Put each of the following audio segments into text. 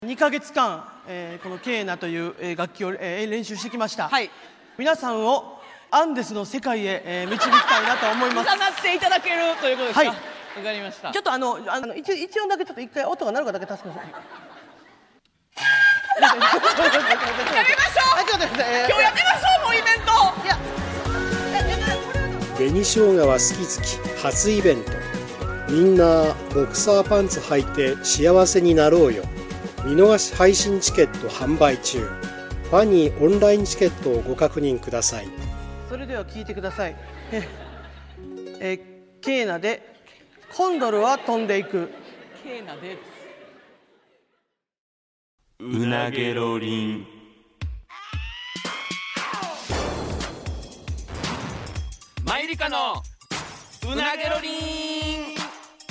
2ヶ月間、このケーナという楽器を、練習してきました、 はい。 皆さんをアンデスの世界へ、導きたいなと思います。 伺っていただけるということですか。 はい、 わかりました。 ちょっと一音だけちょっと一回音が鳴るかだけ助けます。 やめましょう。今日やめましょう、もうイベント。 いや紅生姜は好き好き初イベント。みんなボクサーパンツ履いて幸せになろうよ。見逃し配信チケット販売中。ファニーオンラインチケットをご確認ください。 それでは聞いてください。ケーナでコンドルは飛んでいく。 ケーナでうなげろりん。マユリカのうなげろりん。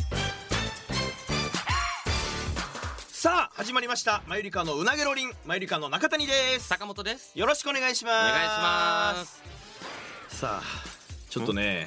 さあ始まりました、マユリカのうなげろりん。マユリカの中谷です。 坂本です。 よろしくお願いします。 お願いします。 さあちょっとね、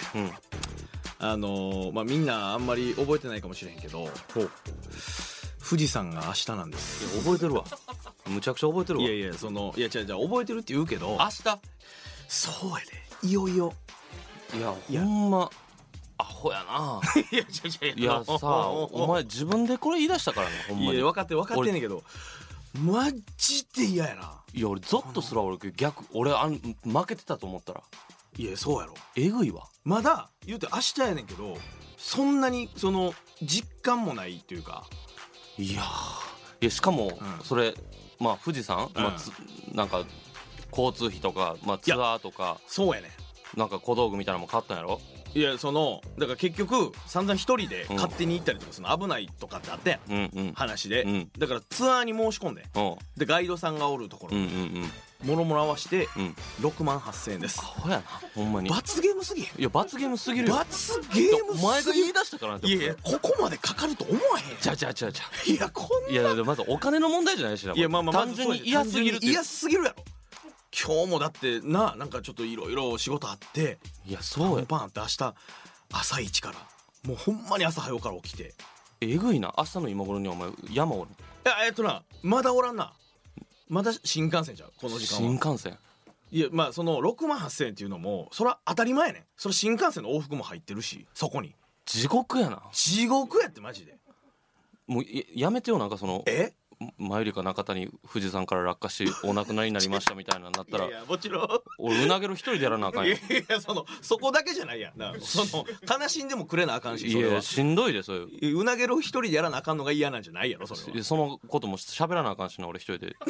みんなあんまり覚えてないかもしれへんけど、富士山が明日なんです。 いや覚えてるわ。むちゃくちゃ覚えてるわ。 いや違う覚えてるって言うけど、 明日そうやで、いよいよ。 いやほんまアホやな。いやさあ、お前自分でこれ言い出したからね、ほんまに。 いや分かってんねんけど、マジで嫌やな。 いや俺ゾッとするわ。俺逆、俺負けてたと思ったら、 いやそうやろ、 えぐいわ。 まだ言うて明日やねんけど、そんなにその実感もないっていうか。 いやしかも、それ富士山、なんか交通費とか、ツアーとか、 そうやねん、なんか小道具みたいなのも買ったんやろ。 いやだから結局散々一人で勝手に行ったりとか、その危ないとかってあったやん、話で、だからツアーに申し込んで、でガイドさんがおるところ、もろもろ合わせて6万8,000円です。 アホやなほんまに。 罰ゲームすぎへん？ いや罰ゲームすぎるよ。 罰ゲームすぎる。 お前が言い出したから。 いやここまでかかると思わへん。 ちゃいやこんな。 いやまずお金の問題じゃないしな。 いや単純に嫌すぎるって。 嫌すぎるやろ。今日もだってなんかちょっといろいろ仕事あって、 いやそうや、 パンって明日朝一からもうほんまに朝早から起きて、 えぐいな。明日の今頃にお前山おる？ いやまだおらんな。まだ新幹線じゃんこの時間は。 新幹線。 いやその6万8,000円っていうのもそれは当たり前やねん。それ新幹線の往復も入ってるし、そこに地獄やな。 地獄やってマジで。 もうやめてよ。なんかそのマユリカ中谷富士山から落下しお亡くなりになりましたみたいなのになったらいやもちろん俺うなげろ一人でやらなあかんやん。 いやそこだけじゃないやんな。悲しんでもくれなあかんし、それは。 いやしんどいで。そういううなげろ一人でやらなあかんのが嫌なんじゃないやろそれは。 そのことも喋らなあかんしな俺一人で。 ど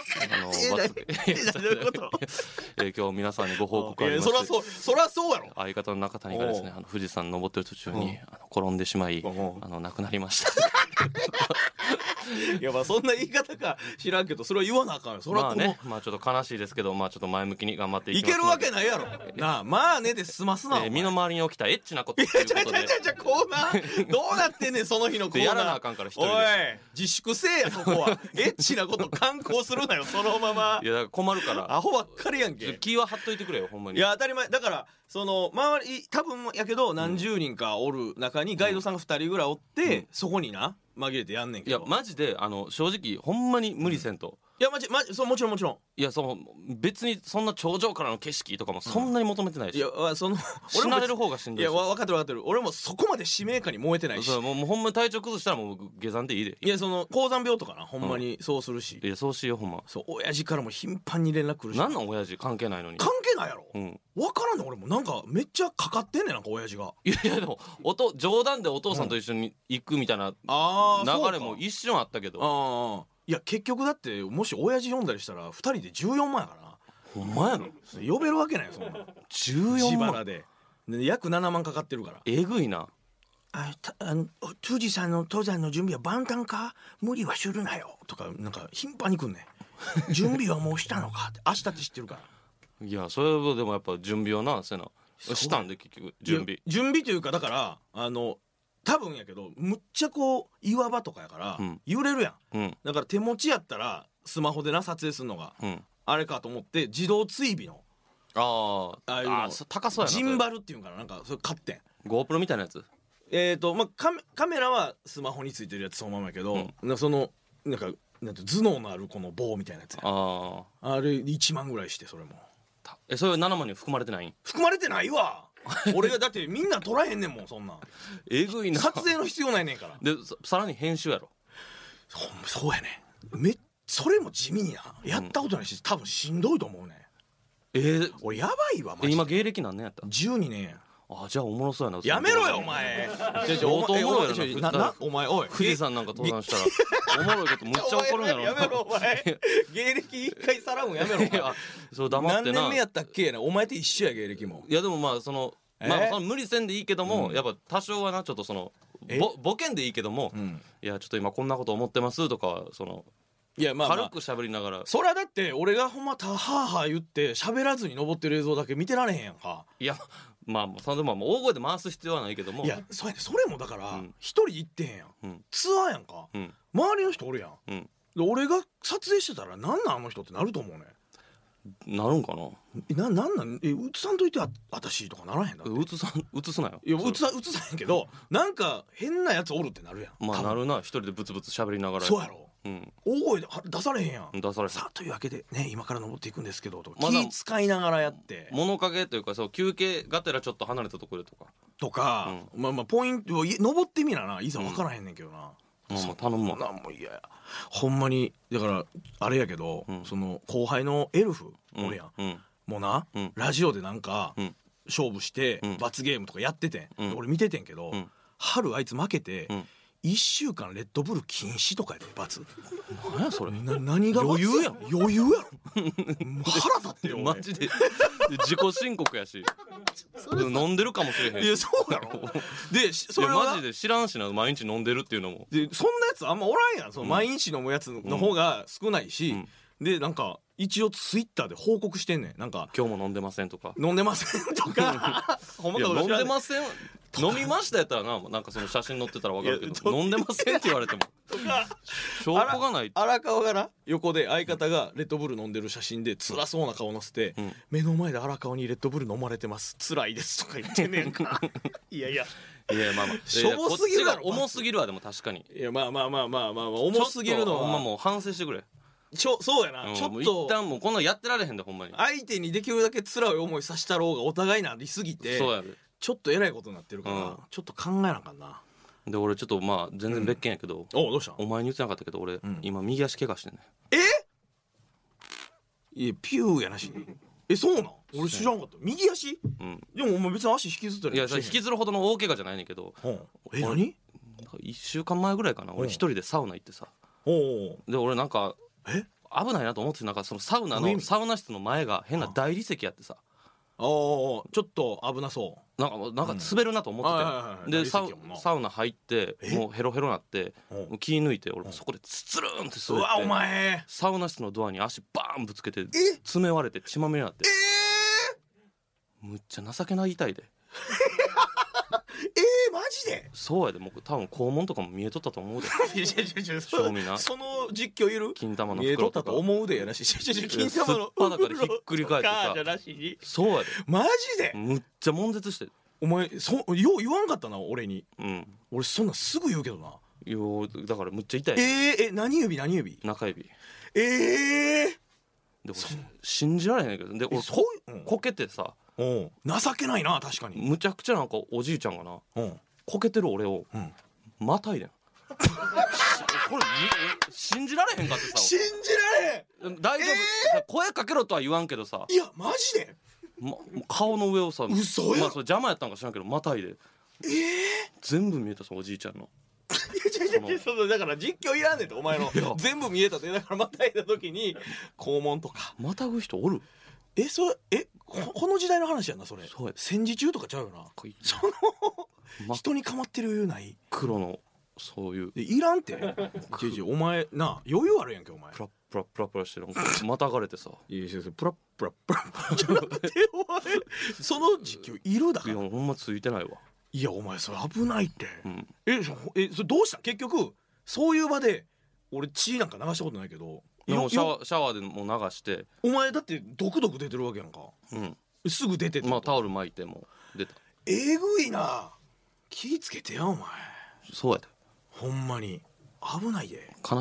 ういうこと？ 今日皆さんにご報告ありまして、 そらそうやろ。 相方の中谷がですね、富士山登ってる途中に転んでしまい亡くなりました。 いやそんな言い方か知らんけど、それは言わなあかんよ。それはちょっと悲しいですけど、ちょっと前向きに頑張っていきます。 いけるわけないやろなあ。で済ますな。 身の回りに起きたエッチなことっていうことで。 コーナーどうなってんねんその日のコーナー。 やらなあかんから一人で。 おい自粛せえや、そこは。エッチなこと観光するなよそのまま。 いやだから困るからアホばっかりやんけ。 気は張っといてくれよほんまに。 いや当たり前だから、その周り多分やけど何十人かおる中にガイドさんが2人ぐらいおって、そこにな紛れてやんねんけど。 いやマジで正直ほんまに無理せんと。 いやマジそうもちろんいや別にそんな頂上からの景色とかもそんなに求めてないし、 いや死なれる方がしんどいし。 いや分かってる。俺もそこまで使命感に燃えてないし。 もうほんまに体調崩したらもう下山でいいで。 いや高山病とかなほんまにそうするし。 いやそうしようほんま。 親父からも頻繁に連絡来るし。 なん親父関係ないのに。 関係ないやろ。分からんねん俺も。なんかめっちゃかかってんねん、なんか親父が。 いやでも冗談でお父さんと一緒に行くみたいな流れも一瞬あったけど。 いや結局だってもし親父呼んだりしたら2人で14万やからな。 ほんまやろ。 呼べるわけないよそんな。 14万自腹で約7万かかってるから。 えぐいな。 富士山の登山の準備は万端か、無理はするなよとかなんか頻繁に来んねん。準備はもうしたのかって。明日って知ってるから。 いやそれでもやっぱ準備はなせなしたんで結局準備というか、だから多分やけどむっちゃ岩場とかやから、揺れるやん、だから手持ちやったらスマホでな撮影するのが、あれかと思って自動追尾のああいうの高そうやな。 ジンバルっていうんかな、なんかそれ買ってん。 GoPro みたいなやつ。 カメラはスマホについてるやつそのままやけど、なんかなんて頭脳のあるこの棒みたいなやつや。あれ1万ぐらいして、それもそれは7万に含まれてないん？ 含まれてないわ俺がだってみんな撮らへんねんもん、そんなんえぐいな。 撮影の必要ないねんから。 でさらに編集やろ。 そうやね。それも地味にな、やったことないし多分しんどいと思うね。俺やばいわマジで。 今芸歴何年やった ？12年や。 じゃあおもろそうやな。 やめろよお前。 相当おもろいやな。 お前おい富士山なんか登山したらおもろいことむっちゃ怒るんやろ。 やめろお前芸歴一回さらうんやめろ。 そう黙ってな。 何年目やったっけな。お前って一緒や芸歴も。 いやでもまあその無理せんでいいけども、やっぱ多少はなちょっとそのボケんでいいけども、いやちょっと今こんなこと思ってますとか、そのいや軽く喋りながら。 そりゃだって俺がほんまはーはー言って喋らずに登ってる映像だけ見てられへんやんか。 いやまあそれでも大声で回す必要はないけども。 いやそれもだから一人行ってへんやん、ツアーやんか、周りの人おるやん、で俺が撮影してたらなんなんあの人ってなると思うね。 なるんかな。 なん映さんといて私とかならへんだって。 映すなよ。 いや映さへんけどなんか変なやつおるってなるやん。 まあなるな。一人でブツブツ喋りながら。 そうやろ。大声で出されへんやん。 出されへん。 さあというわけでね今から登っていくんですけどとか気使いながらやって物陰というかそう休憩がてらちょっと離れたところでとかまあポイント登ってみなないざ分からへんねんけどな。 もう頼むわ。 なんもいやほんまにだからあれやけど、その後輩のエルフおるやん、もうな、ラジオでなんか、勝負して、罰ゲームとかやっててん、俺見ててんけど、春あいつ負けて、1週間レッドブル禁止とかやで罰。 何やそれ。 何が余裕やん。 余裕やろ腹立ってよマジで自己申告やし飲んでるかもしれへん。 いやそうやろでそれはマジで知らんしな。毎日飲んでるっていうのもでそんなやつあんまおらんやん。その毎日飲むやつの方が少ないし、でなんか一応ツイッターで報告してんねん。なんか今日も飲んでませんとか飲んでませんとかほんまか飲んでません飲みましたやったらなんかその写真載ってたら分かるけど飲んでませんって言われても証拠がない。 荒川がな横で相方がレッドブル飲んでる写真で辛そうな顔載せて、目の前で荒川にレッドブル飲まれてます辛いですとか言ってんねんかいやまあしょぼすぎるだろ。 重すぎるわ。でも確かにいやまあ重すぎるのはほんまもう反省してくれ。 そうやな、ちょっと一旦もうこんなんやってられへんでほんまに。 相手にできるだけ辛い思いさせたろうがお互いなりすぎてそうやでちょっとえらいことになってるから、ちょっと考えなあかんな。 で俺ちょっとまあ全然別件やけど、 どうしたん？ お前に言ってなかったけど俺、今右足怪我してんね。 いやピューやなしに。そうなん？俺知らんかった。右足？でもお前別に足引きずったり。 いや引きずるほどの大怪我じゃないねんけど。 何 ？1週間前ぐらいかな。俺一人でサウナ行ってさ。で俺なんか危ないなと思って、なんかそのサウナ室の前が変な大理石やってさ。 ちょっと危なそう。 なんか滑るなと思ってて、でサウナ入ってもうヘロヘロなって気抜いて、俺もそこでツルンって滑って、 お前サウナ室のドアに足バーンぶつけて爪割れて血まみれになって、むっちゃ情けない痛いでマジで？ そうやで。もう多分肛門とかも見えとったと思うで正味な。 その実況いる？ 金玉の見えとったと思うでやなし。金玉の裸でひっくり返ってさそうやで。 マジで？ むっちゃ悶絶して。 お前よう言わんかったな俺に。俺そんなんすぐ言うけどな。 だからむっちゃ痛い。 何指？ 中指。 でも信じられへんけど、で俺こけてさ、 情けないな。確かにむちゃくちゃなんかおじいちゃんがなこけてる俺をまたいでんこれ信じられへんかってさ。 信じられへん。 大丈夫、声かけろとは言わんけどさ。 いやマジで？ 顔の上をさ、 嘘や。 それ邪魔やったんか知らんけどまたいで全部見えたさ、おじいちゃんの。 だから実況いらんねんってお前の全部見えたって。だからまたいだ時に肛門とかまたぐ人おる？ この時代の話やんなそれ。戦時中とかちゃうよな。その人にかまってる余裕ない？ 黒のそういういらんってお前な余裕あるやんけお前。 プラプラしてるまたがれてさ。 いやプラその実況いるだから。 いやほんまついてないわ。 いやお前それ危ないって。それどうした？結局そういう場で俺血なんか流したことないけど、 シャワーでも流して。 お前だってドクドク出てるわけやんか。すぐ出ててタオル巻いても出た。 えぐいな。気ぃつけてやお前。 そうやでほんまに危ないで。 悲しいやろ。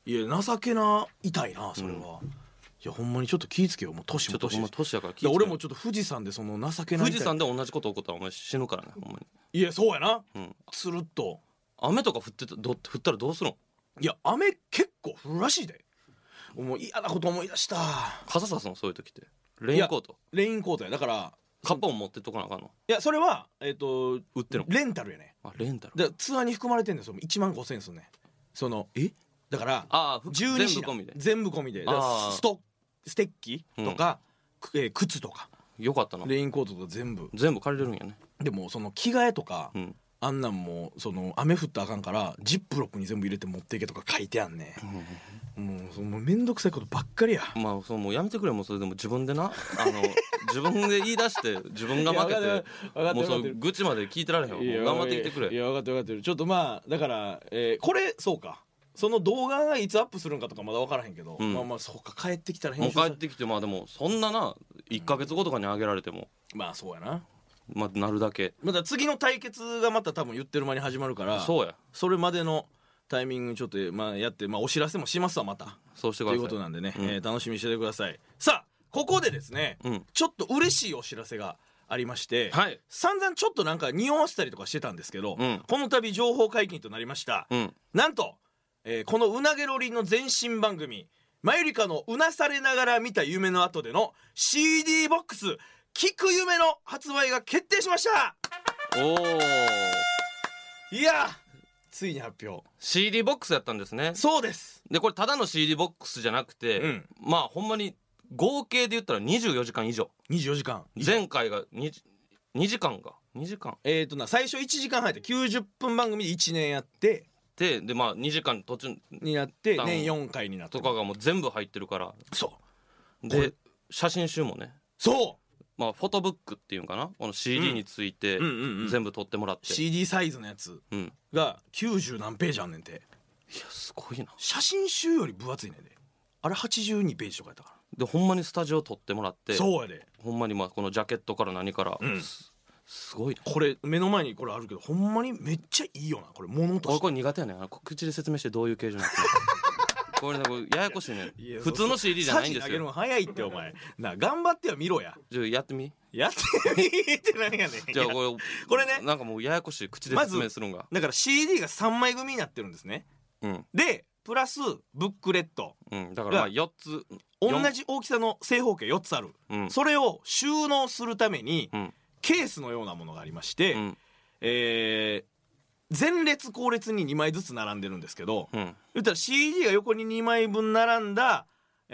いや情けな痛いなそれは、いやほんまにちょっと気ぃつけよ、もう年も年ちょっとほんま年やから気ぃつけよ俺もちょっと富士山でその情けない富士山で同じこと起こったらお前死ぬからねほんまに。 いやそうやな、 うんつるっと雨とか降ったらどうするの？ いや雨結構降るらしいで。もう嫌なこと思い出した。 傘さすのそういう時ってレインコートレインコートやだからカッパも持ってっとかなあかんの？ いやそれは売ってるの？ レンタルやね。 レンタルでツアーに含まれてんねん。その1万5,000円すんねん。そのだから12 全部込みで全部込みでだからステッキとか、靴とかよかったな。 レインコートとか全部借りれるんやね。 でもその着替えとか、 あんなんもその雨降ったらあかんからジップロックに全部入れて持っていけとか書いてあんね、もうそのめんどくさいことばっかりや。 まあもうやめてくれ。もうそれでも自分でな自分で言い出して自分が負けてもうその愚痴まで聞いてられへんわ。もう頑張ってきてくれ。 いや分かってるちょっとまあだから、これそうかその動画がいつアップするんかとかまだ分からへんけど、まあそうか帰ってきたら編集もう帰ってきてまあでもそんなな1ヶ月後とかに上げられてもまあそうやな。 まあなるだけまだ次の対決がまた多分言ってる間に始まるからそうやそれまでのタイミングちょっとまあやって、まあ、お知らせもしますわまた。 そうしてくださいということなんでね、楽しみにしててください。さあここでですね、ちょっと嬉しいお知らせがありまして、散々ちょっとなんか匂わせたりとかしてたんですけど、この度情報解禁となりました、なんと、このうなげろりの前身番組マユリカのうなされながら見た夢の後での CD ボックス聞く夢の発売が決定しました。 おーいやついに発表 CD ボックスやったんですね。 そうです。 でこれただの CD ボックスじゃなくて、まあほんまに合計で言ったら24時間以上。 24時間前回が2時間か2時間最初1時間半やって90分番組で1年やってでまあ2時間途中になって年4回になったとかがもう全部入ってるから。 そうで写真集もねそうまあフォトブックっていうのかなこの CD について全部撮ってもらって、 CD サイズのやつが90何ページあんねんて。 いやすごいな。 写真集より分厚いねんで。あれ82ページとかやったから。 でほんまにスタジオ撮ってもらってそうやでほんまにまあこのジャケットから何から、すごいな。 これ目の前にこれあるけどほんまにめっちゃいいよなこれ物として。 これ苦手やねん口で説明してどういう形状になってるこれねこれややこしいね普通の CD じゃないんですよ。 サジ投げるの早いってお前な頑張っては見ろや。 じゃあやってみって何やねん。 じゃあこれねなんかもうややこしい口で説明するんが、 だから CD が3枚組になってるんですね、でプラスブックレット、 だからまあ4つ同じ大きさの正方形4つある、それを収納するために、ケースのようなものがありまして、前列後列に2枚ずつ並んでるんですけど、言ったら CD が横に2枚分並んだ、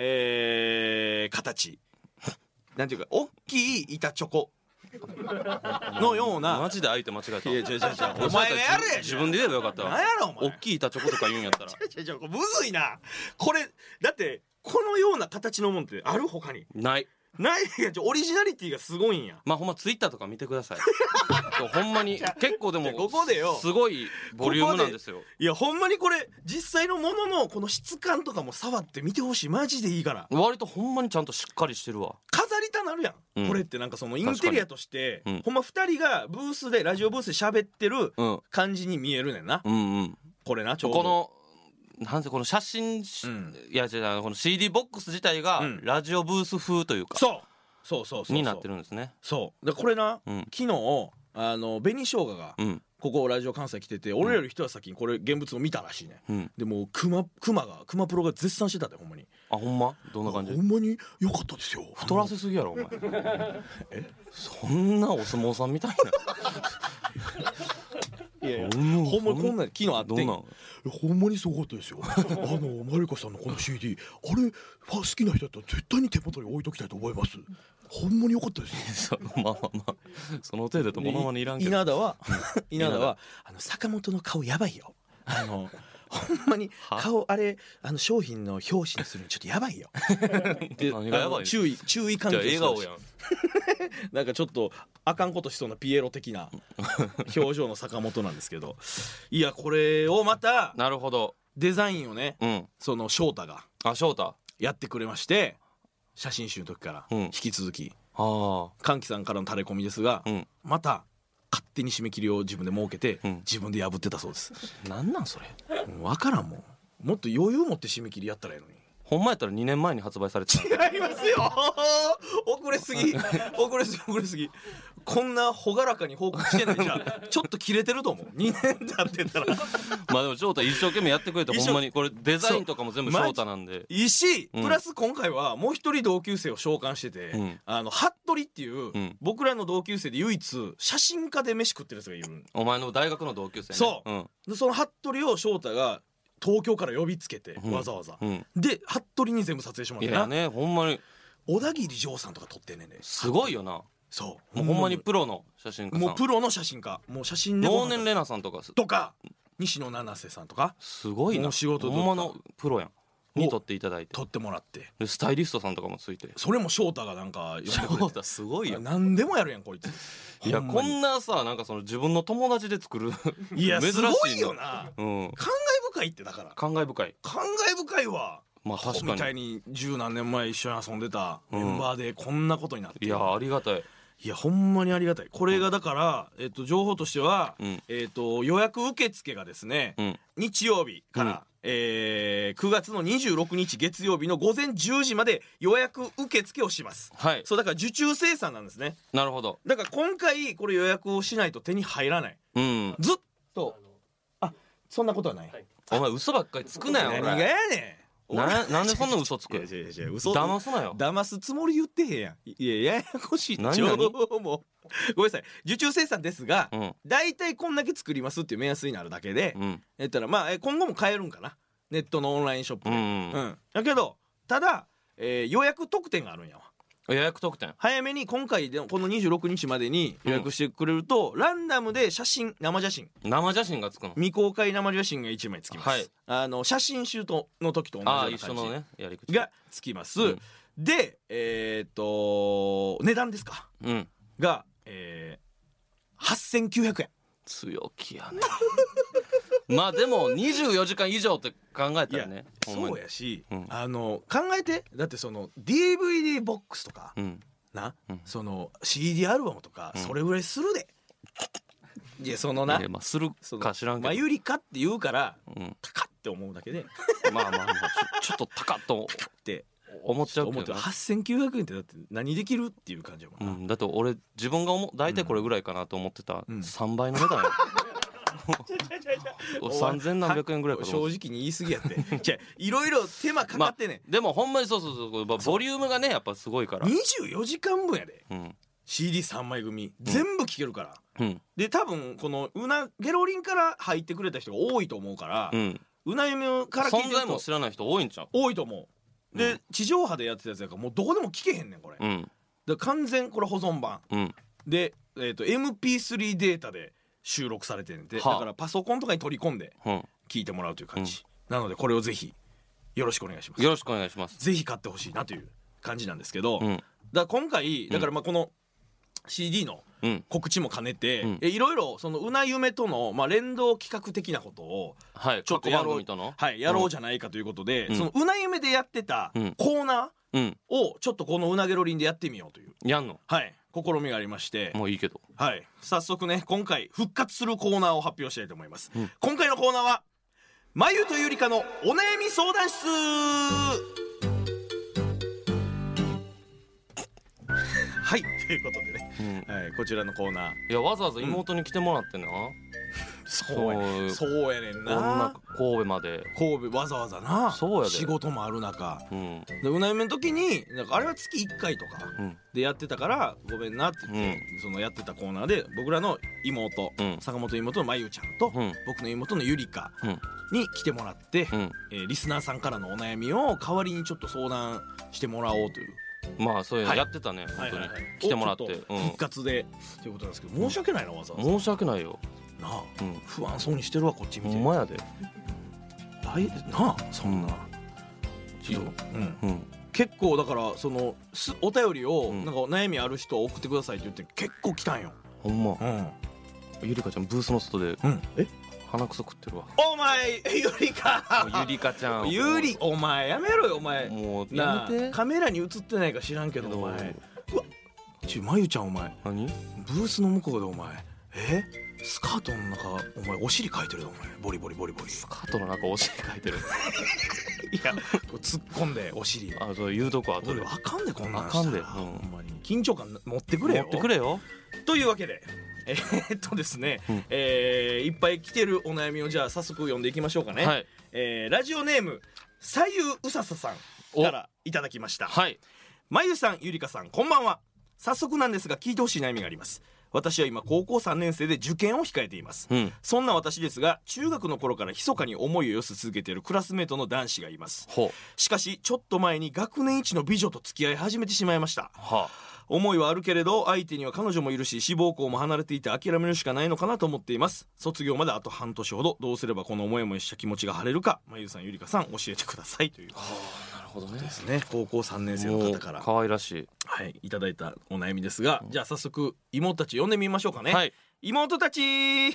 形なんていうか大きい板チョコのような。 マジで相手間違えた。 いや違うお前がやれ。 自分で言えばよかったわ。 何やろお前。 大きい板チョコとか言うんやったらむずいなこれ。だってこのような形のもんってある他にないやオリジナリティがすごいんや。 まあほんまツイッターとか見てくださいほんまに結構でもここでよすごいボリュームなんですよ。 いやほんまにこれ実際のもののこの質感とかも触って見てほしい。マジでいいから。 割とほんまにちゃんとしっかりしてるわ。 飾りたなるやん、これってなんかそのインテリアとして、ほんま2人がブースでラジオブースで喋ってる感じに見えるねんな、これなちょうどこのなんせこの写真、いや違うこの CD ボックス自体がラジオブース風というか、 そうになってるんですね。 そうだこれな、昨日紅生姜が、ここラジオ関西来てて、俺らより一足先にこれ現物を見たらしいね、でもクマプロが絶賛してたでほんまに。 あほんまどんな感じ。 ほんまに良かったですよ。 太らせすぎやろお前そんなお相撲さんみたいないやほんまにこんな昨日あってほんまにすごかったですよマユリカさんのこの CD あれ好きな人だったら絶対に手元に置いときたいと思います。ほんまに良かったですよまあその程度とモノマネいらんけど。 稲田は坂本の顔やばいよほんまに顔あれ商品の表紙にするのちょっとやばいよで何がやばい注意喚起。 じゃあ笑顔やんなんかちょっとあかんことしそうなピエロ的な表情の坂本なんですけどいやこれをまたなるほどデザインをね、その翔太が翔太やってくれまして、写真集の時から引き続き歓喜さんからのタレコミですが、また勝手に締め切りを自分で設けて、自分で破ってたそうです。 なんなんそれ分からんもんもっと余裕持って締め切りやったらいいのに。 ほんまやったら2年前に発売されてた。 違いますよ遅れすぎこんな朗らかに報告してないじゃんちょっと切れてると思う2年経ってたらまあでも翔太一生懸命やってくれて、ほんまにこれデザインとかも全部翔太なんでいいし、プラス今回はもう一人同級生を召喚してて、服部っていう、僕らの同級生で唯一写真家で飯食ってるやつがいる。 お前の大学の同級生ね。 そう、でその服部を翔太が東京から呼びつけて、わざわざ、で服部に全部撮影してもらってな。 いやね、ほんまに小田切丈さんとか撮ってんねんね。 すごいよな。 そうもうほんまにプロの写真家さん、 もうプロの写真家、もう写真で能年玲奈さんとか西野七瀬さんとかすごいな。 仕事ほんまのプロやんに撮っていただいて、 撮ってもらって、 でスタイリストさんとかもついて、 それも翔太がなんか呼んでくれて。 翔太すごいよ。 何でもやるやんこいつ。 いやこんなさ、なんかその自分の友達で作るいや珍しいすごいよな、 うん、 感慨深いって。だから感慨深いわ。 まあ確かにみたいに十何年前一緒に遊んでたメンバーでこんなことになって、 いやありがたい。 いやほんまにありがたい。これがだから、情報としては、予約受付がですね、日曜日から、9月の26日月曜日の午前10時まで予約受付をします。 はい。 そうだから受注生産なんですね。 なるほど。 だから今回これ予約をしないと手に入らない。ずっとそんなことはない。 お前嘘ばっかりつくなよ。 何がやねん。 なんでそんな嘘つく？ 嘘騙すなよ。 騙すつもり言ってへんやん。いやややこしい。 何もうごめんなさい。受注生産ですが、だいたいこんだけ作りますっていう目安になるだけで、まあ今後も買えるんかな、ネットのオンラインショップで。だけどただ、予約特典があるんやわ。 予約特典早めに今回でこの26日までに予約してくれると、ランダムで生写真がつくの。 未公開生写真が1枚つきます、写真集の時と同じような感じ一緒のねやり口がつきます、で値段ですか、が、8900円。 強気やねまあでも24時間以上って考えたらね、 そうやし、考えて、だってその DVD ボックスとか、その CD アルバムとか、それぐらいするで。いやそのな、 するか知らんけど、 マユリカって言うから高って思うだけで、 まあちょっと高っとって思っちゃうけど、 8900円ってだって何できるっていう感じやもんな。 だって俺自分が大体これぐらいかなと思ってた3倍の値段や3000何百円ぐらいかと正直に言い過ぎやってじゃいろいろ手間かかってね、 でもほんまにそうボリュームがねやっぱすごいから、 24時間分やで、CD3 枚組全部聴けるから、で多分このゲロリンから入ってくれた人が多いと思うから、うなゆめから聞いてる人存在も知らない人多いんちゃう？ 多いと思う。で地上波でやってたやつやからもうどこでも聴けへんねんこれ、で完全これ保存版、で、MP3 データで収録されてるんで、だからパソコンとかに取り込んで聞いてもらうという感じ、なのでこれをぜひよろしくお願いします。 よろしくお願いします。 ぜひ買ってほしいなという感じなんですけど、だから今回だからまあこの CD の告知も兼ねて、いろいろそのうなゆめとの連動企画的なことをちょっとやろうじゃないかということで、そのうなゆめでやってたコーナーをちょっとこのうなげろりんでやってみようというやんの試みがありまして、 もういいけど、 早速ね今回復活するコーナーを発表したいと思います。今回のコーナーはまゆとゆりかのお悩み相談室はいということでね、こちらのコーナー、 いやわざわざ妹に来てもらってな、 そうやねんな、 こんな神戸までわざわざな、 そうやで仕事もある中、でうなゆめの時になんかあれは月1回とかでやってたからごめんなって言って、そのやってたコーナーで僕らの妹、坂本妹のまゆちゃんと、僕の妹のゆりかに来てもらって、リスナーさんからのお悩みを代わりにちょっと相談してもらおうという、 まあそういうのやってたね、本当に来てもらって、 復活でということなんですけど、申し訳ないな、わざわざ申し訳ないよなあ、不安そうにしてるわこっち見て、 ほんまやでなあ、そんなちょっと結構だからそのお便りをなんか悩みある人送ってくださいって言って結構来たんよ。 ほんま、ゆりかちゃんブースの外で鼻くそ食ってるわ。 お前ゆりかゆりかちゃん、 お前やめろよお前、 もうやめて、 カメラに映ってないか知らんけどお前、うわまゆちゃんお前何ブースの向こうでお前スカートの中お前お尻書いてるだお前ボリボリボリボリ。 スカートの中お尻書いてるいや突っ込んでお尻あそう言うとこあとで俺あかんでこんなんあかんで、 ほんまに緊張感持ってくれよ。 持ってくれよ。 というわけでですね、いっぱい来てるお悩みをじゃあ早速読んでいきましょうかね、 はいラジオネーム左右うさささんからいただきました。 はい。 まゆさんゆりかさんこんばんは。早速なんですが聞いてほしい悩みがあります。私は今高校3年生で受験を控えています、そんな私ですが中学の頃から密かに思いを寄せ続けているクラスメートの男子がいます。しかしちょっと前に学年一の美女と付き合い始めてしまいました。思いはあるけれど相手には彼女もいるし志望校も離れていて諦めるしかないのかなと思っています。卒業まであと半年ほど、どうすればこの思いもした気持ちが晴れるか、まゆさんゆりかさん教えてくださいという。 なるほどね。 ですね。高校3年生の方から可愛らしい、 はい、いただいたお悩みですが、じゃあ早速妹たち呼んでみましょうかね、妹たち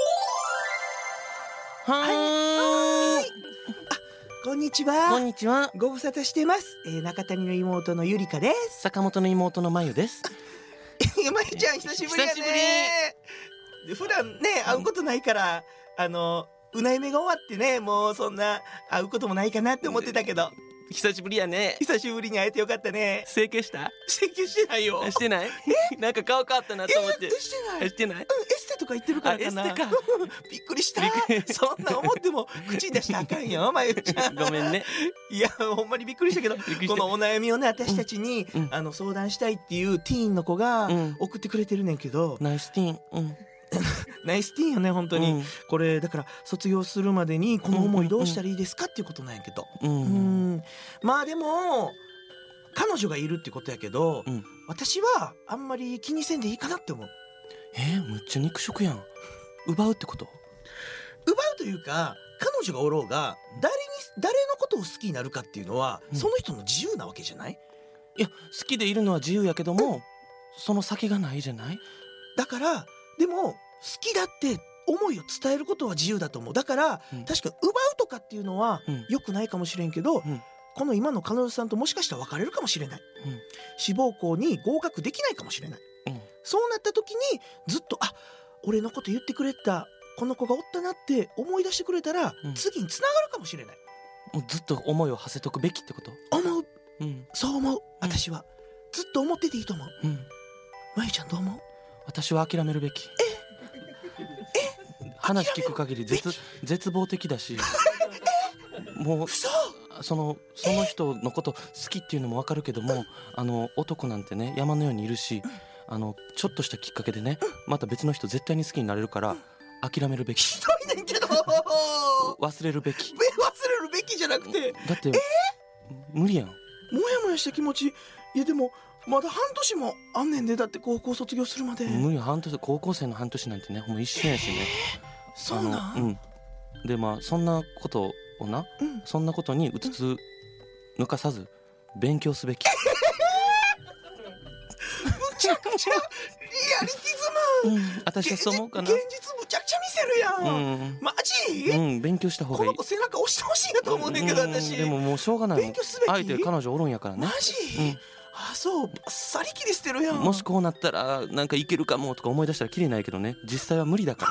こんにちは。 こんにちは。 ご無沙汰してます。中谷の妹のゆりかです。 坂本の妹のまゆです。 まゆちゃん久しぶりやね。 久しぶ普段ね会うことないからうない目が終わってね、もうそんな会うこともないかなって思ってたけど久しぶりやね。 久しぶりに会えてよかったね。 整形した？ 整形してないよ。 してない？なんか顔変わったなと思って。 してない。 してない？ エステとか言ってるからかな。 エステか。 びっくりした。そんな思っても口に出したらあかんよ、まゆちゃん。 ごめんね。 いやほんまにびっくりしたけど、このお悩みをね私たちに相談したいっていうティーンの子が送ってくれてるねんけど。 ナイスティーン。 ナイスティーンよね本当に、これだから卒業するまでにこの思いどうしたらいいですかっていうことなんやけど、まあでも彼女がいるってことやけど、私はあんまり気にせんでいいかなって思う。 むっちゃ肉食やん。奪うってこと？ 奪うというか彼女がおろうが誰のことを好きになるかっていうのは、その人の自由なわけじゃない？ いや好きでいるのは自由やけども、その先がないじゃない？ だからでも好きだって思いを伝えることは自由だと思う。だから、確か奪うとかっていうのは良くないかもしれんけど、この今の彼女さんともしかしたら別れるかもしれない、志望校に合格できないかもしれない、そうなった時にずっと俺のこと言ってくれたこの子がおったなって思い出してくれたら、次につながるかもしれない。 もうずっと思いを馳せとくべきってこと？ 思う、そう思う。私はずっと思ってていいと思う。まゆちゃんどう思う？私は諦めるべき。話聞く限り絶望的だしもうその人のこと好きっていうのも分かるけども、男なんてね山のようにいるし、ちょっとしたきっかけでねまた別の人絶対に好きになれるから諦めるべき。 ひどいねんけど忘れるべき。 忘れるべきじゃなくて、 だって無理やん。 もやもやした気持ち。いやでもまだ半年もあんねんで。だって高校卒業するまで。 無理。半年、高校生の半年なんてねもう一瞬やしね。 そうなん？ でまあそんなことをな、そんなことにうつつ抜かさず勉強すべき。 むちゃくちゃリアリティズム。 私はそう思うかな。 現実むちゃくちゃ見せるやん。マジ？ 勉強した方がいい。 この子背中押してほしいなと思うねんけど私。 でももうしょうがないもん。 勉強すべき。 相手彼女おるんやからね。 マジ？そうさり切りしてるやん。 もしこうなったらなんかいけるかもとか思い出したらきりないけどね、実際は無理だから。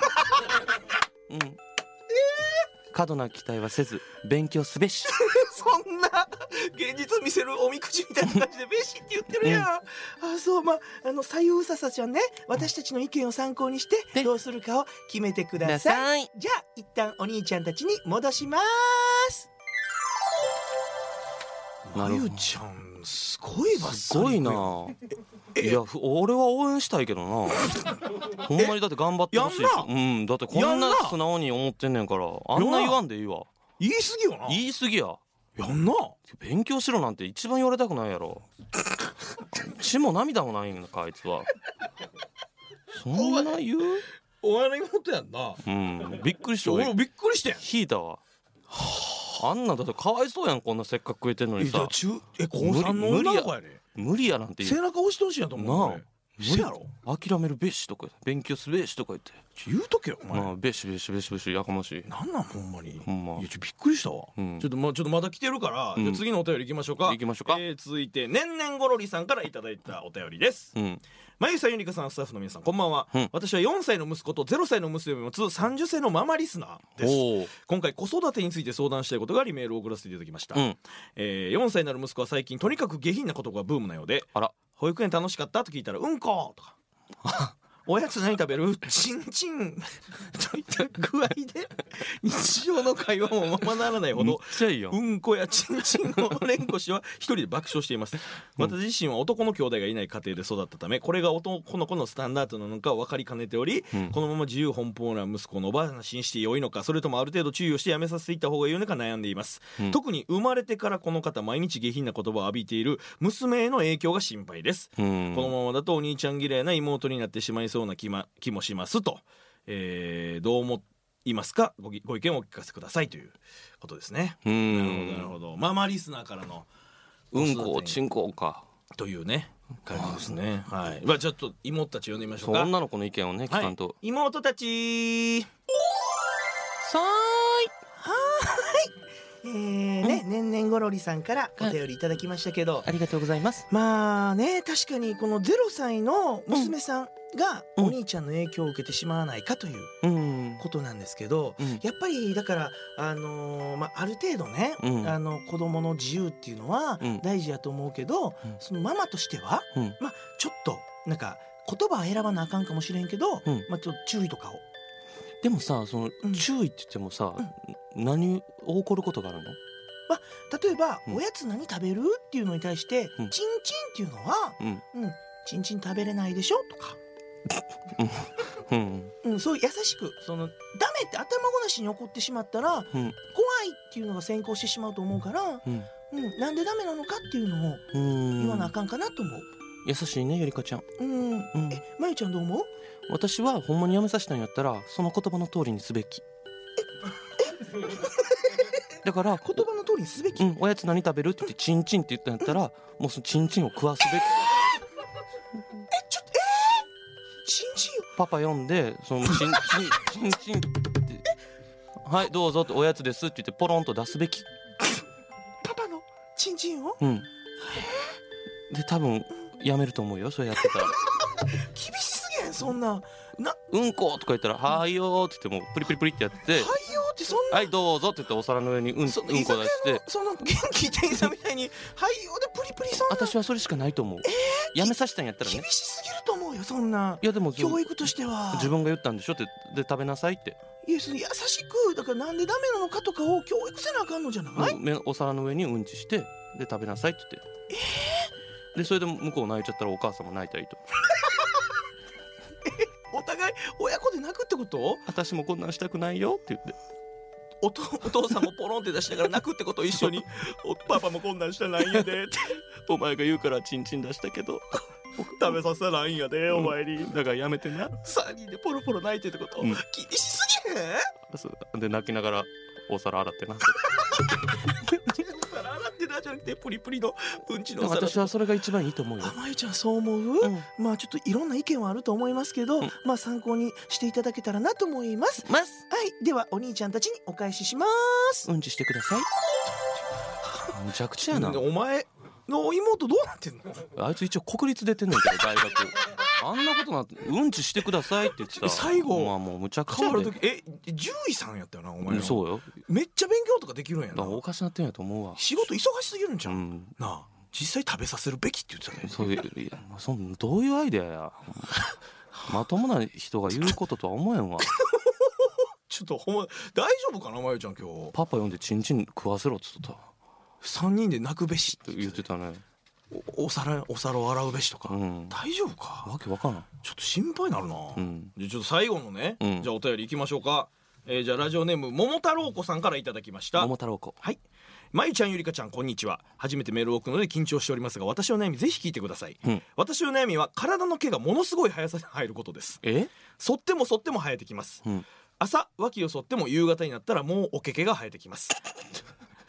過度な期待はせず勉強すべし。 そんな現実見せるおみくじみたいな感じでべしって言ってるやん。そう左右ささちゃんね、私たちの意見を参考にしてどうするかを決めてください。じゃあ一旦お兄ちゃんたちに戻します。まゆちゃんすごいバッサリ。 すごいな。いや俺は応援したいけどな。ほんまにだって頑張ってほしいし。だってこんな素直に思ってんねんから、あんな言わんでいいわ。 言い過ぎよな。 言い過ぎや。 やんな。 勉強しろなんて一番言われたくないやろ。血も涙もないんだかあいつは。そんな言う？ お前の妹やんな。 びっくりした。 俺もびっくりしてん。 引いたわ。あんなだってかわいそうやん、こんなせっかく食えてんのにさ。 高3の女の子やね。 無理やなんて背中押してほしいやと思うな。 嘘やろ。 諦めるべしとか勉強するべしとか言って言うとけよお前。 まあべしべしべしべしやかましい。 なんなんほんまに。 ほんまいやびっくりしたわ。ちょっとまだ来てるから、じゃあ次のお便りいきましょうか。 行きましょうか。 続いてねんねんごろりさんからいただいたお便りです。まゆさんゆりかさんスタッフの皆さんこんばんは。私は4歳の息子と0歳の娘を持つ30歳のママリスナーです。今回子育てについて相談したいことがありメールを送らせていただきました。4歳になる息子は最近とにかく下品な言葉がブームなようで、保育園楽しかったと聞いたらうんことかおやつ何食べるチンチンといった具合で日常の会話もままならないほどうんこやチンチンを連呼しは一人で爆笑しています。私自身は男の兄弟がいない家庭で育ったためこれが男の子のスタンダードなのか分かりかねており、このまま自由奔放な息子のばあしにして良いのかそれともある程度注意をしてやめさせていった方がいいのか悩んでいます。特に生まれてからこの方毎日下品な言葉を浴びている娘への影響が心配です。このままだとお兄ちゃん嫌いな妹になってしまいそうな気もしますと、どう思いますか。ご意見をお聞かせくださいということですね。なるほど。ママリスナーからのうんこちんこかというね感じですね。はい。まあちょっと妹たち呼んでみましょうか。 女の子の意見をね聞かんと。 妹たちさーいねんねんごろりさんからお便りいただきましたけど、 ありがとうございます。 まあね確かにこの0歳の娘さんがお兄ちゃんの影響を受けてしまわないかということなんですけど、やっぱりだからある程度ね、子供の自由っていうのは大事やと思うけど、そのママとしては、ちょっとなんか言葉は選ばなあかんかもしれんけど、ちょっと注意とかを。 でもさその注意って言ってもさ、何起こることがあるの？ 例えば、おやつ何食べるっていうのに対して、チンチンっていうのは、チンチン食べれないでしょとかそういう優しくダメって頭ごなしに怒ってしまったら、怖いっていうのが先行してしまうと思うから、なんでダメなのかっていうのを言わなあかんかなと思う。 優しいねゆりかちゃん。 まゆちゃんどう思う？ 私はほんまにやめさせたんやったらその言葉の通りにすべき。だから言葉の通りにすべき、 おやつ何食べるって言ってチンチンって言ったんやったらもうそのチンチンを食わすべき。 チンチンパパ読んでそのチンチンってはいどうぞっておやつですって言ってポロンと出すべき。 パパのチンチンを？ で多分やめると思うよそれやってたら。 厳しすぎやんそんな。 うんことか言ったらはーいよって言ってもプリプリプリってやってはいよってそんなはいどうぞって言ってお皿の上にうんこ出してその元気店員さんみたいにはいよでプリプリそんな。 私はそれしかないと思う。やめさせたんやったらね厳しすぎると思うよそんな。 いやでも教育としては自分が言ったんでしょってで食べなさいって。 いやその優しくだからなんでダメなのかとかを教育せなあかんのじゃない？ お皿の上にうんちしてで食べなさいって言って、でそれで向こう泣いちゃったらお母さんも泣いたりと。 お互い親子で泣くってこと？ 私もこんなんしたくないよって言って、 お父さんもポロンって出しながら泣くってことを一緒にパパもこんなんしたないんやでってお前が言うからチンチン出したけど食べさせないんやで、お前にだからやめてな。 3人でポロポロ泣いてってこと、厳しすぎへん？ そうで泣きながらお皿洗ってな。 お皿洗ってなじゃなくてプリプリのうんちのお皿。 私はそれが一番いいと思うよ。 まゆちゃんそう思う？まあちょっといろんな意見はあると思いますけど、まあ参考にしていただけたらなと思います。はい、ではお兄ちゃんたちにお返しします。 うんちしてください。むちゃくちゃやな。 お前の妹どうなってんの？ あいつ一応国立出てんねんけど大学。あんなことなってうんちしてくださいって言ってた。 最後まあもうむちゃくちゃやで。 変わる時獣医さんやったよなお前。 そうよ。 めっちゃ勉強とかできるんやな。 おかしなってんやと思うわ。 仕事忙しすぎるんちゃう？なあ実際食べさせるべきって言ってたね。 そういうどういうアイデアや。まともな人が言うこととは思えんわ。 ちょっとほんま大丈夫かなまゆちゃん今日。 パパ呼んでチンチン食わせろっつってた。 3人で泣くべしって言ってたね。 お皿を洗うべしとか、大丈夫か？ わけわからん。 ちょっと心配になるな。じゃあちょっと最後のね、じゃあお便りいきましょうか。じゃあラジオネーム桃太郎子さんからいただきました。 桃太郎子。 はい。まゆちゃんゆりかちゃんこんにちは。初めてメールを送るので緊張しておりますが私の悩みぜひ聞いてください。私の悩みは体の毛がものすごい速さで生えることです。剃っても生えてきます。朝脇を剃っても夕方になったらもうおけけが生えてきます。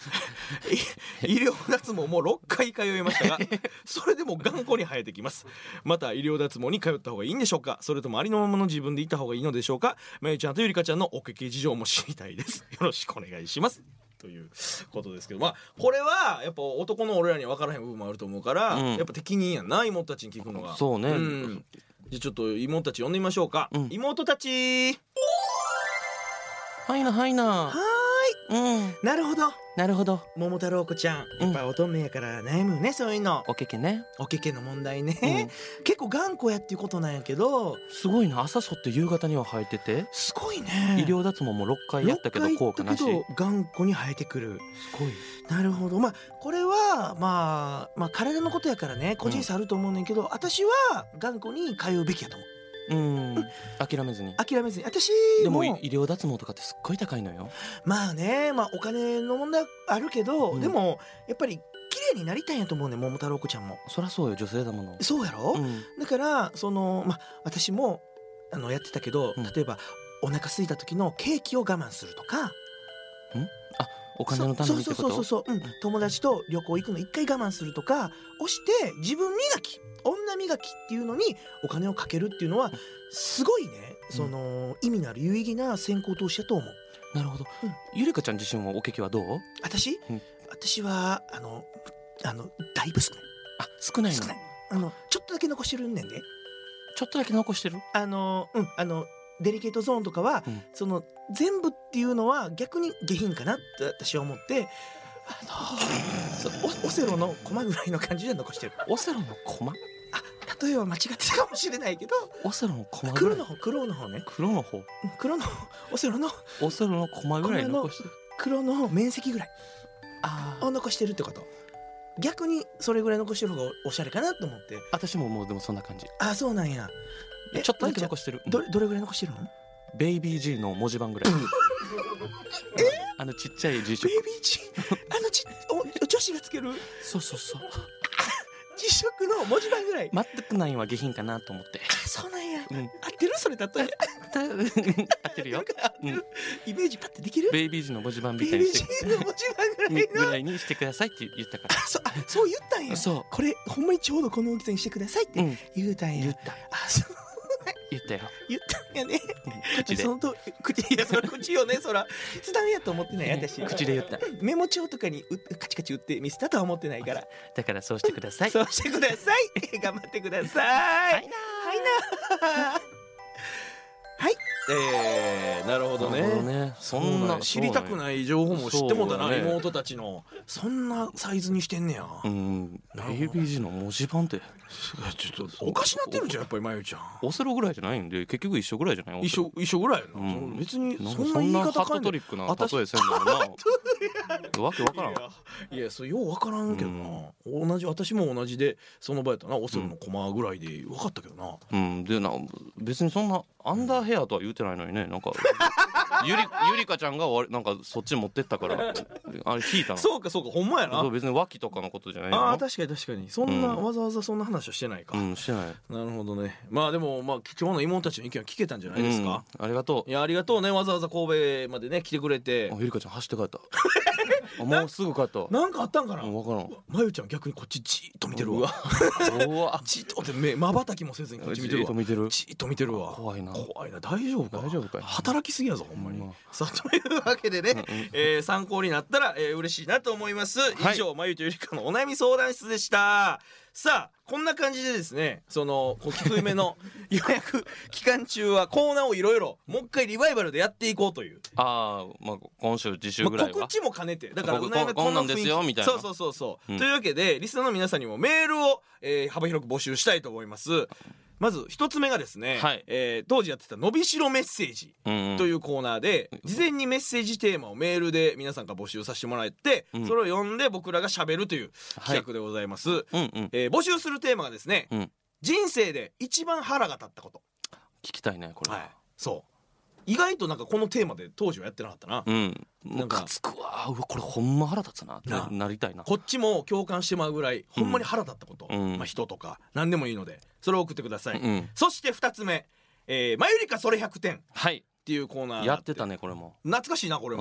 医療脱毛もう6回通いましたがそれでも頑固に生えてきます。また医療脱毛に通った方がいいんでしょうか、それともありのままの自分でいった方がいいのでしょうか。まゆちゃんとゆりかちゃんのおけけ事情も知りたいです。よろしくお願いしますということですけど、まあこれはやっぱ男の俺らには分からへん部分もあると思うから、やっぱ適任やんな、妹たちに聞くのが。 そうね、 じゃあちょっと妹たち呼んでみましょうか、妹たち。 はいなはいな。 なるほどなるほど。 桃太郎子ちゃんやっぱ乙女やから悩むね、そういうの。 おけけね。 おけけの問題ね、結構頑固やっていうことなんやけど、 すごいな、朝剃って夕方には生えてて、 すごいね。 医療脱毛も6回やったけど効果なし。 頑固に生えてくる。 すごい。 なるほど。まあこれはまあ体のことやからね、個人差あると思うねんけど、私は頑固に通うべきやと思う。 諦めずに。 私でも医療脱毛とかってすっごい高いのよ。 まあね、まあお金の問題あるけど、でもやっぱり綺麗になりたいんやと思うね、桃太郎子ちゃんも。 そりゃそうよ、女性だもの。 そうやろ、だからまあ私もやってたけど、例えばお腹空いた時のケーキを我慢するとか。 お金のためにってこと？ そう、友達と旅行行くの一回我慢するとかをして自分磨き、女磨きっていうのにお金をかけるっていうのはすごいね、意味のある有意義な先行投資だと思う。 なるほど。ゆりかちゃん自身はおけけはどう？ 私はだいぶ少ない。 少ないの？ ちょっとだけ残してるんねんで。 ちょっとだけ残してる？ デリケートゾーンとかは、全部っていうのは逆に下品かなって私は思って、オセロのコマぐらいの感じで残してる。 オセロのコマ？ 例えば間違ってたかもしれないけど、 オセロのコマぐらい。 黒の方ね。オセロのコマぐらい残してる。 黒の面積ぐらいを残してるってこと。逆にそれぐらい残してる方がおしゃれかなと思って。 私ももうでもそんな感じ。 そうなんや。 ちょっとだけ残してる。 どれぐらい残してるの？ ベイビー G の文字盤ぐらい。ちっちゃい字色。 ベイビー G 女子がつける。 そう字色の文字盤ぐらい。 全くないは下品かなと思って。 そうなんや。合ってる？それ例え合ってるよ。 イメージパッてできる？ ベイビー G の文字盤みたいにして。 ベイビー G の文字盤ぐらいにしてくださいって言ったから。 そう言ったんや。 そう。 これほんまにちょうどこの大きさにしてくださいって言うたんや。 言った。言ったよ。 言ったんやね。 口で。 口よね。そら筆談やと思ってない私。 口で言った。 メモ帳とかにカチカチ打って見せたとは思ってないから。 だからそうしてください。 そうしてください。頑張ってください。はいな。はい。 なるほどね。 そんな知りたくない情報も知ってもだな、妹たちの。 そんなサイズにしてんねや。 ベイビー G の文字盤ってちょっとおかしなってるんじゃん、やっぱりまゆちゃん。 オセロぐらいじゃないんで、結局一緒ぐらいじゃない？ 一緒ぐらいやな。別にそんな言い方ハットトリックな例えせんのな。わけわからん。 いや、それようわからんけどな。私も同じでその場やったな。オセロのコマぐらいで分かったけどな。 で別にそんなアンダーヘアとは言うてないのにね、なんかゆりかちゃんがなんかそっち持ってったからあれ引いたの。 そうかほんまやな。 別に脇とかのことじゃないの。 確かにそんなわざわざそんな話はしてないか。 してない。 なるほどね。まあでも貴重な妹たちの意見は聞けたんじゃないですか。 ありがとう。 いや、ありがとうね、わざわざ神戸までね来てくれて。 ゆりかちゃん走って帰った。もうすぐ帰った。 なんかあったんかな。 分からん。 まゆちゃん逆にこっちじーっと見てるわ。じーっとってまばたきもせずにこっち見てるわ。じーっと見てるわ。 怖いな。 大丈夫か。働きすぎやぞほんまに。さあ、というわけでね、参考になったら嬉しいなと思います。以上、まゆとゆりかのお悩み相談室でした。さあ、こんな感じでですね、聞く夢の予約期間中はコーナーをいろいろもう一回リバイバルでやっていこうという。 今週次週ぐらいは告知も兼ねて、だからこんなんですよみたいな。 そう、というわけでリスナーの皆さんにもメールを幅広く募集したいと思います。まず一つ目がですね、当時やってたのびしろメッセージというコーナーで、事前にメッセージテーマをメールで皆さんから募集させてもらって、それを読んで僕らが喋るという企画でございます。募集するテーマがですね、人生で一番腹が立ったこと。 聞きたいねこれ。 そう意外となんかこのテーマで当時はやってなかったな。 ムカつくわ。これほんま腹立つなってなりたいな。 こっちも共感してまうぐらいほんまに腹立ったこと、人とか何でもいいのでそれを送ってください。そして2つ目、まゆりかそれ100点っていうコーナーやってたね。これも懐かしいな。これも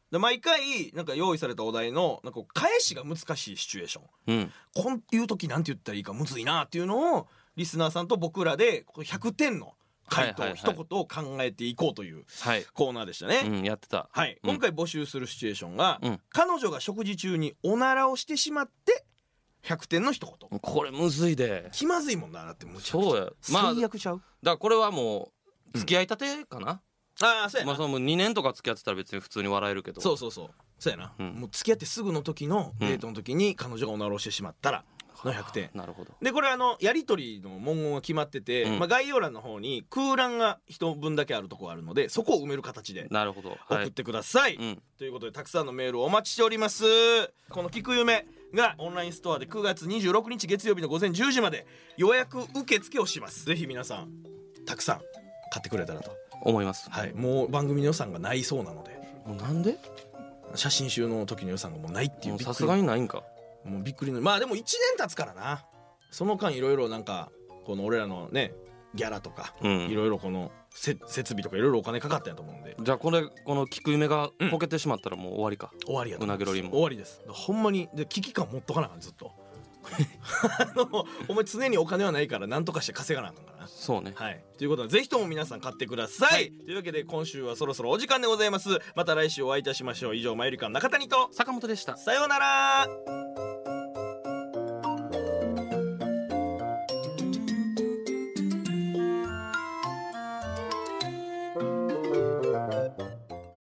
で毎回なんか用意されたお題のなんか返しが難しいシチュエーション、こういう時なんて言ったらいいかむずいなっていうのをリスナーさんと僕らで100点の回答一言を考えていこうというコーナーでしたね、 やってた。 はい、今回募集するシチュエーションが、彼女が食事中におならをしてしまって100点の一言。 これむずいで。 気まずいもんな。だってむちゃくちゃそうや、 最悪ちゃう。 だからこれはもう付き合いたてかな、 ああそうやな、 その2年とか付き合ってたら別に普通に笑えるけど、 そうやな、もう付き合ってすぐの時のデートの時に彼女がおならをしてしまったらの100点。 なるほど。 でこれやり取りの文言が決まってて、概要欄の方に空欄が1分だけあるところあるので、そこを埋める形でなるほど送ってください、ということでたくさんのメールをお待ちしております。この聞く夢がオンラインストアで9月26日月曜日の午前10時まで予約受付をします。ぜひ皆さんたくさん買ってくれたらと思います。 はい、もう番組の予算がないそうなので。 なんで？ 写真集の時の予算がもうないっていう。 さすがにないんか。 もうびっくりの。まあでも1年経つからな。その間いろいろなんかこの俺らのねギャラとかいろいろこの設備とかいろいろお金かかったんやと思うんで。 じゃあこの聞く夢がこけてしまったらもう終わりか。 終わりやと。 うなげろりんも終わりです。ほんまにで危機感持っとかなあかんずっと。お前常にお金はないから何とかして稼がなあかんからな。 そうね。 はい、ということでぜひとも皆さん買ってください、というわけで今週はそろそろお時間でございます。また来週お会いいたしましょう。以上マユリカの中谷と坂本でした。 さようなら。